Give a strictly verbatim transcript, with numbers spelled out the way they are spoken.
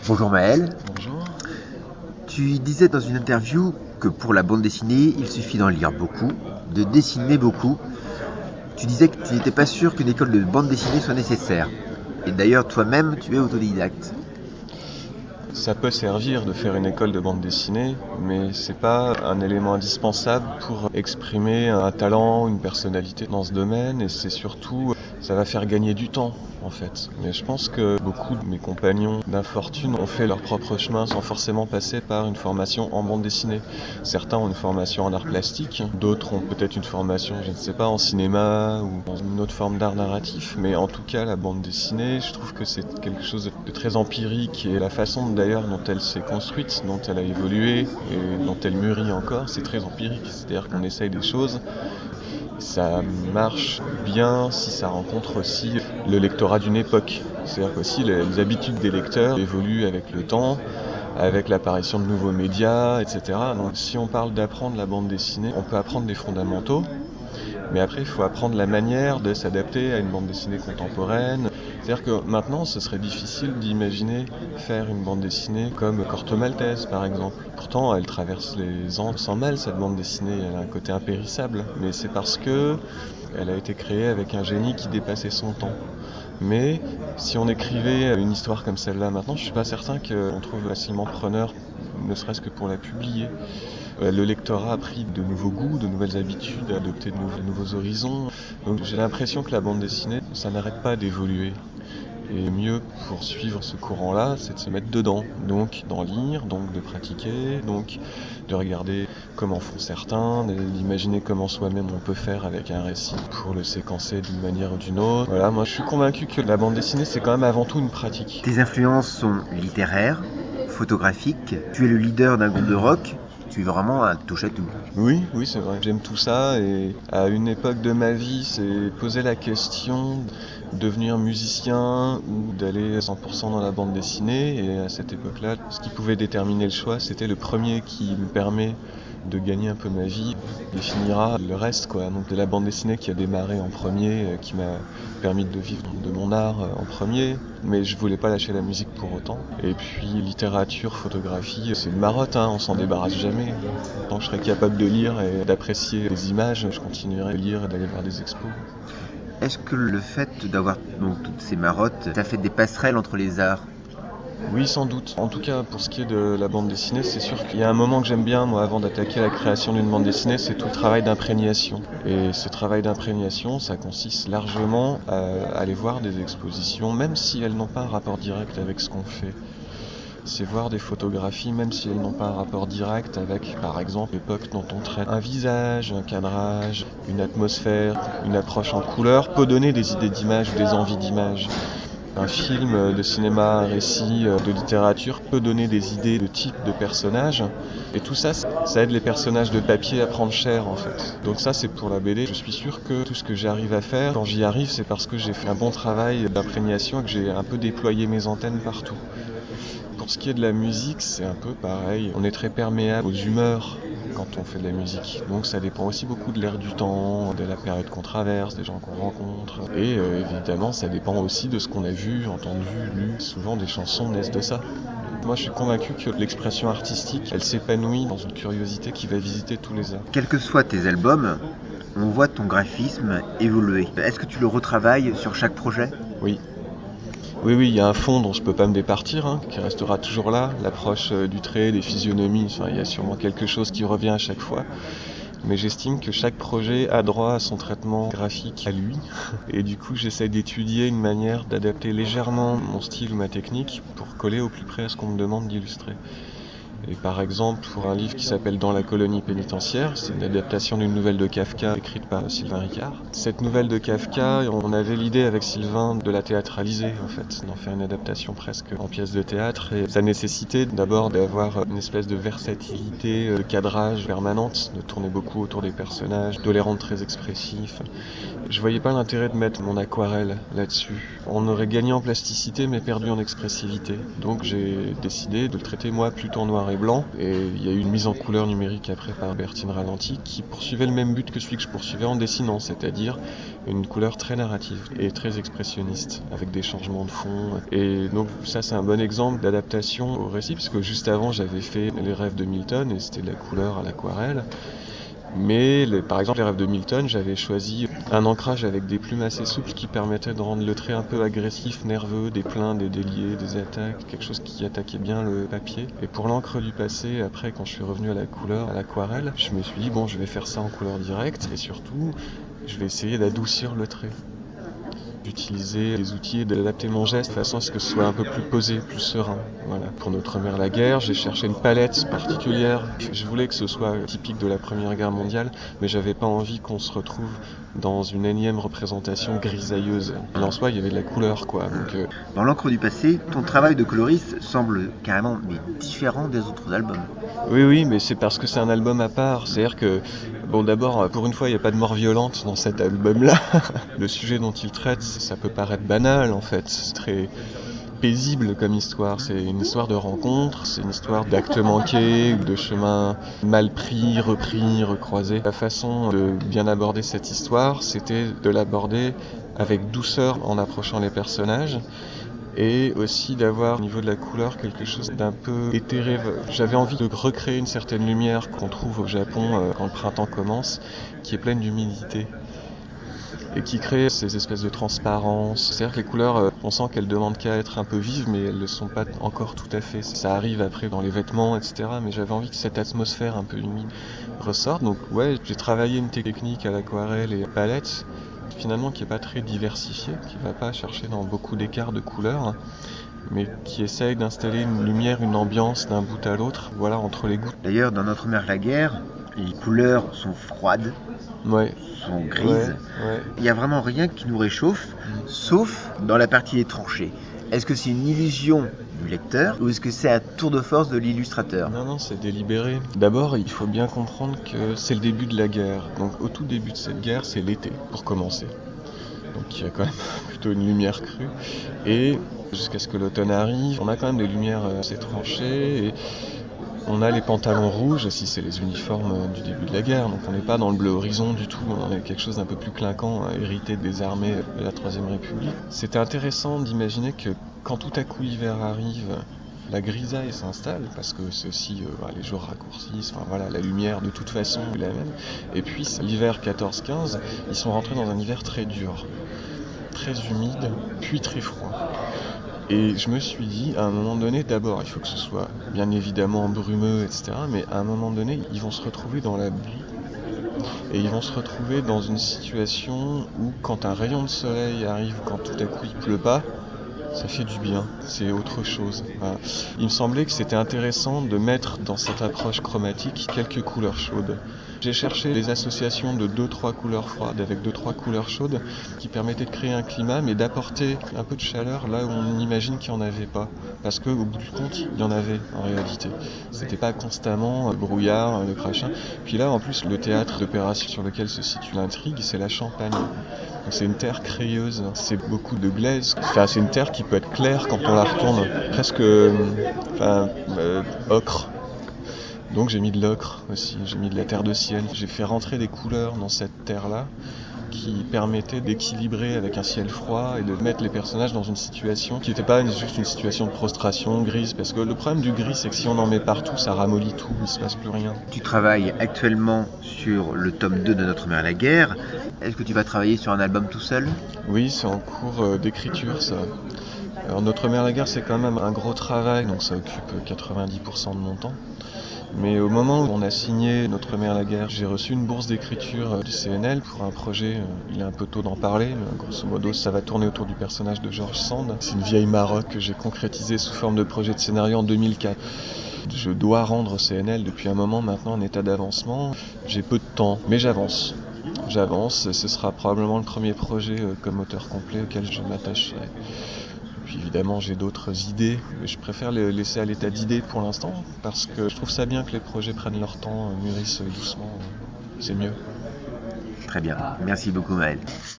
Bonjour Maël, Bonjour. tu disais dans une interview que pour la bande dessinée, il suffit d'en lire beaucoup, de dessiner beaucoup. Tu disais que tu n'étais pas sûr qu'une école de bande dessinée soit nécessaire. Et d'ailleurs, toi-même, tu es autodidacte. Ça peut servir de faire une école de bande dessinée, mais c'est pas un élément indispensable pour exprimer un talent, une personnalité dans ce domaine, et c'est surtout, ça va faire gagner du temps, en fait. Mais je pense que beaucoup de mes compagnons d'infortune ont fait leur propre chemin sans forcément passer par une formation en bande dessinée. Certains ont une formation en art plastique, d'autres ont peut-être une formation, je ne sais pas, en cinéma ou dans une autre forme d'art narratif, mais en tout cas, la bande dessinée, je trouve que c'est quelque chose de très empirique, et la façon d'ailleurs dont elle s'est construite, dont elle a évolué et dont elle mûrit encore, c'est très empirique. C'est-à-dire qu'on essaye des choses, ça marche bien si ça rencontre aussi le lectorat d'une époque. C'est-à-dire qu'aussi les, les habitudes des lecteurs évoluent avec le temps, avec l'apparition de nouveaux médias, et cetera. Donc si on parle d'apprendre la bande dessinée, on peut apprendre les fondamentaux, mais après il faut apprendre la manière de s'adapter à une bande dessinée contemporaine. C'est-à-dire que maintenant, ce serait difficile d'imaginer faire une bande dessinée comme Corto Maltese, par exemple. Pourtant, elle traverse les ans sans mal, cette bande dessinée. Elle a un côté impérissable. Mais c'est parce que elle a été créée avec un génie qui dépassait son temps. Mais si on écrivait une histoire comme celle-là maintenant, je suis pas certain qu'on trouve facilement preneur, ne serait-ce que pour la publier. Le lectorat a pris de nouveaux goûts, de nouvelles habitudes, a adopté de nouveaux, de nouveaux horizons. Donc j'ai l'impression que la bande dessinée, ça n'arrête pas d'évoluer. Et mieux pour suivre ce courant-là, c'est de se mettre dedans. Donc d'en lire, donc de pratiquer, donc de regarder comment font certains, d'imaginer comment soi-même on peut faire avec un récit pour le séquencer d'une manière ou d'une autre. Voilà, moi je suis convaincu que la bande dessinée, c'est quand même avant tout une pratique. Tes influences sont littéraires, photographiques. Tu es le leader d'un groupe de rock. Tu es vraiment un touche-à-tout. Oui, oui, c'est vrai. J'aime tout ça, et à une époque de ma vie, c'est poser la question de devenir musicien ou d'aller cent pour cent dans la bande dessinée. Et à cette époque-là, ce qui pouvait déterminer le choix, c'était le premier qui me permet de gagner un peu ma vie, définira le reste, quoi. Donc de la bande dessinée qui a démarré en premier, euh, qui m'a permis de vivre de mon art euh, en premier, mais je voulais pas lâcher la musique pour autant. Et puis littérature, photographie, c'est une marotte, hein, on s'en débarrasse jamais. Tant que je serai capable de lire et d'apprécier les images, je continuerai de lire et d'aller voir des expos. Est-ce que le fait d'avoir donc, toutes ces marottes, ça fait des passerelles entre les arts? Oui, sans doute. En tout cas, pour ce qui est de la bande dessinée, c'est sûr qu'il y a un moment que j'aime bien, moi, avant d'attaquer la création d'une bande dessinée, c'est tout le travail d'imprégnation. Et ce travail d'imprégnation, ça consiste largement à aller voir des expositions, même si elles n'ont pas un rapport direct avec ce qu'on fait. C'est voir des photographies, même si elles n'ont pas un rapport direct avec, par exemple, l'époque dont on traite. Un visage, un cadrage, une atmosphère, une approche en couleur peut donner des idées d'image ou des envies d'image. Un film de cinéma, un récit de littérature peut donner des idées de type de personnages. Et tout ça, ça aide les personnages de papier à prendre cher, en fait. Donc ça, c'est pour la B D. Je suis sûr que tout ce que j'arrive à faire, quand j'y arrive, c'est parce que j'ai fait un bon travail d'imprégnation et que j'ai un peu déployé mes antennes partout. Pour ce qui est de la musique, c'est un peu pareil. On est très perméable aux humeurs quand on fait de la musique. Donc ça dépend aussi beaucoup de l'air du temps, de la période qu'on traverse, des gens qu'on rencontre. Et euh, évidemment, ça dépend aussi de ce qu'on a vu, entendu, lu. Souvent, des chansons naissent de ça. Moi, je suis convaincu que l'expression artistique, elle s'épanouit dans une curiosité qui va visiter tous les arts. Quels que soient tes albums, on voit ton graphisme évoluer. Est-ce que tu le retravailles sur chaque projet? Oui. Oui, oui, il y a un fond dont je peux pas me départir, hein, qui restera toujours là, l'approche euh, du trait, des physionomies, enfin, il y a sûrement quelque chose qui revient à chaque fois. Mais j'estime que chaque projet a droit à son traitement graphique à lui. Et du coup, j'essaie d'étudier une manière d'adapter légèrement mon style ou ma technique pour coller au plus près à ce qu'on me demande d'illustrer. Et par exemple, pour un livre qui s'appelle Dans la colonie pénitentiaire, c'est une adaptation d'une nouvelle de Kafka écrite par Sylvain Ricard. Cette nouvelle de Kafka, on avait l'idée avec Sylvain de la théâtraliser, en fait, d'en faire une adaptation presque en pièce de théâtre. Et ça nécessitait d'abord d'avoir une espèce de versatilité, de cadrage permanente, de tourner beaucoup autour des personnages, de les rendre très expressifs. Je voyais pas l'intérêt de mettre mon aquarelle là-dessus. On aurait gagné en plasticité mais perdu en expressivité. Donc j'ai décidé de le traiter moi plutôt en noir et et blanc. Et il y a eu une mise en couleur numérique après par Bertine Ralenti qui poursuivait le même but que celui que je poursuivais en dessinant, c'est-à-dire une couleur très narrative et très expressionniste, avec des changements de fond. Et donc ça c'est un bon exemple d'adaptation au récit, parce que juste avant j'avais fait Les Rêves de Milton et c'était de la couleur à l'aquarelle. Mais les, par exemple les Rêves de Milton, j'avais choisi un ancrage avec des plumes assez souples qui permettait de rendre le trait un peu agressif, nerveux, des pleins, des déliés, des attaques, quelque chose qui attaquait bien le papier. Et pour l'encre du passé, après quand je suis revenu à la couleur, à l'aquarelle, je me suis dit bon je vais faire ça en couleur directe et surtout je vais essayer d'adoucir le trait. D'utiliser des outils et d'adapter mon geste de façon à ce que ce soit un peu plus posé, plus serein. Voilà. Pour Notre Mère la guerre, j'ai cherché une palette particulière. Je voulais que ce soit typique de la Première Guerre mondiale, mais j'avais pas envie qu'on se retrouve dans une énième représentation grisailleuse. En soi, il y avait de la couleur, quoi. Donc, euh... Dans l'encre du passé, ton travail de coloriste semble carrément mais différent des autres albums. Oui, oui, mais c'est parce que c'est un album à part. C'est-à-dire que, bon, d'abord, pour une fois, il n'y a pas de mort violente dans cet album-là. Le sujet dont il traite, ça peut paraître banal, en fait. C'est très paisible comme histoire. C'est une histoire de rencontre, c'est une histoire d'actes manqués, de chemins mal pris, repris, recroisés. La façon de bien aborder cette histoire, c'était de l'aborder avec douceur en approchant les personnages. Et aussi d'avoir au niveau de la couleur quelque chose d'un peu éthéré. J'avais envie de recréer une certaine lumière qu'on trouve au Japon euh, quand le printemps commence, qui est pleine d'humidité et qui crée ces espèces de transparence. C'est-à-dire que les couleurs, euh, on sent qu'elles demandent qu'à être un peu vives, mais elles ne le sont pas encore tout à fait. Ça arrive après dans les vêtements, et cetera. Mais j'avais envie que cette atmosphère un peu humide ressorte. Donc ouais, j'ai travaillé une technique à l'aquarelle et à palette, finalement qui n'est pas très diversifiée, qui ne va pas chercher dans beaucoup d'écarts de couleurs, mais qui essaye d'installer une lumière, une ambiance d'un bout à l'autre, voilà, entre les gouttes. D'ailleurs, dans Notre Mère la guerre, les couleurs sont froides, ouais. sont grises. Ouais, ouais. Il n'y a vraiment rien qui nous réchauffe, mmh. sauf dans la partie des tranchées. Est-ce que c'est une illusion du lecteur ou est-ce que c'est un tour de force de l'illustrateur ? Non, non, c'est délibéré. D'abord, il faut bien comprendre que c'est le début de la guerre. Donc au tout début de cette guerre, c'est l'été, pour commencer. Donc il y a quand même plutôt une lumière crue. Et jusqu'à ce que l'automne arrive, on a quand même des lumières assez tranchées. Et on a les pantalons rouges, si c'est les uniformes du début de la guerre, donc on n'est pas dans le bleu horizon du tout, on a quelque chose d'un peu plus clinquant, hérité des armées de la Troisième République. C'était intéressant d'imaginer que quand tout à coup l'hiver arrive, la grisaille s'installe, parce que c'est aussi, euh, les jours raccourcissent, enfin voilà, la lumière de toute façon est la même. Et puis l'hiver quatorze quinze, ils sont rentrés dans un hiver très dur, très humide, puis très froid. Et je me suis dit, à un moment donné, d'abord, il faut que ce soit bien évidemment brumeux, et cetera. Mais à un moment donné, ils vont se retrouver dans la boue. Et ils vont se retrouver dans une situation où, quand un rayon de soleil arrive, quand tout à coup il pleut pas, ça fait du bien, c'est autre chose. Voilà. Il me semblait que c'était intéressant de mettre dans cette approche chromatique quelques couleurs chaudes. J'ai cherché les associations de deux trois couleurs froides avec deux trois couleurs chaudes qui permettaient de créer un climat, mais d'apporter un peu de chaleur là où on imagine qu'il n'y en avait pas. Parce qu'au bout du compte, il y en avait en réalité. C'était pas constamment euh, brouillard, le crachin. Puis là, en plus, le théâtre d'opération sur lequel se situe l'intrigue, c'est la Champagne. Donc c'est une terre crayeuse, c'est beaucoup de glaise. Enfin, c'est une terre qui peut être claire quand on la retourne, presque euh, enfin, euh, ocre. Donc j'ai mis de l'ocre aussi, j'ai mis de la terre de Sienne. J'ai fait rentrer des couleurs dans cette terre-là qui permettaient d'équilibrer avec un ciel froid et de mettre les personnages dans une situation qui n'était pas juste une situation de prostration grise. Parce que le problème du gris, c'est que si on en met partout, ça ramollit tout, il ne se passe plus rien. Tu travailles actuellement sur le tome deux de Notre Mère la guerre. Est-ce que tu vas travailler sur un album tout seul ? Oui, c'est en cours d'écriture ça. Alors Notre Mère la guerre, c'est quand même un gros travail, donc ça occupe quatre-vingt-dix pour cent de mon temps. Mais au moment où on a signé Notre Mère la guerre, j'ai reçu une bourse d'écriture du C N L pour un projet, il est un peu tôt d'en parler, mais grosso modo ça va tourner autour du personnage de Georges Sand. C'est une vieille marotte que j'ai concrétisée sous forme de projet de scénario en deux mille quatre. Je dois rendre au C N L depuis un moment maintenant en état d'avancement. J'ai peu de temps, mais j'avance. J'avance, ce sera probablement le premier projet comme auteur complet auquel je m'attacherai. Puis évidemment j'ai d'autres idées, mais je préfère les laisser à l'état d'idées pour l'instant, parce que je trouve ça bien que les projets prennent leur temps, mûrissent doucement, c'est mieux. Très bien, merci beaucoup Maël.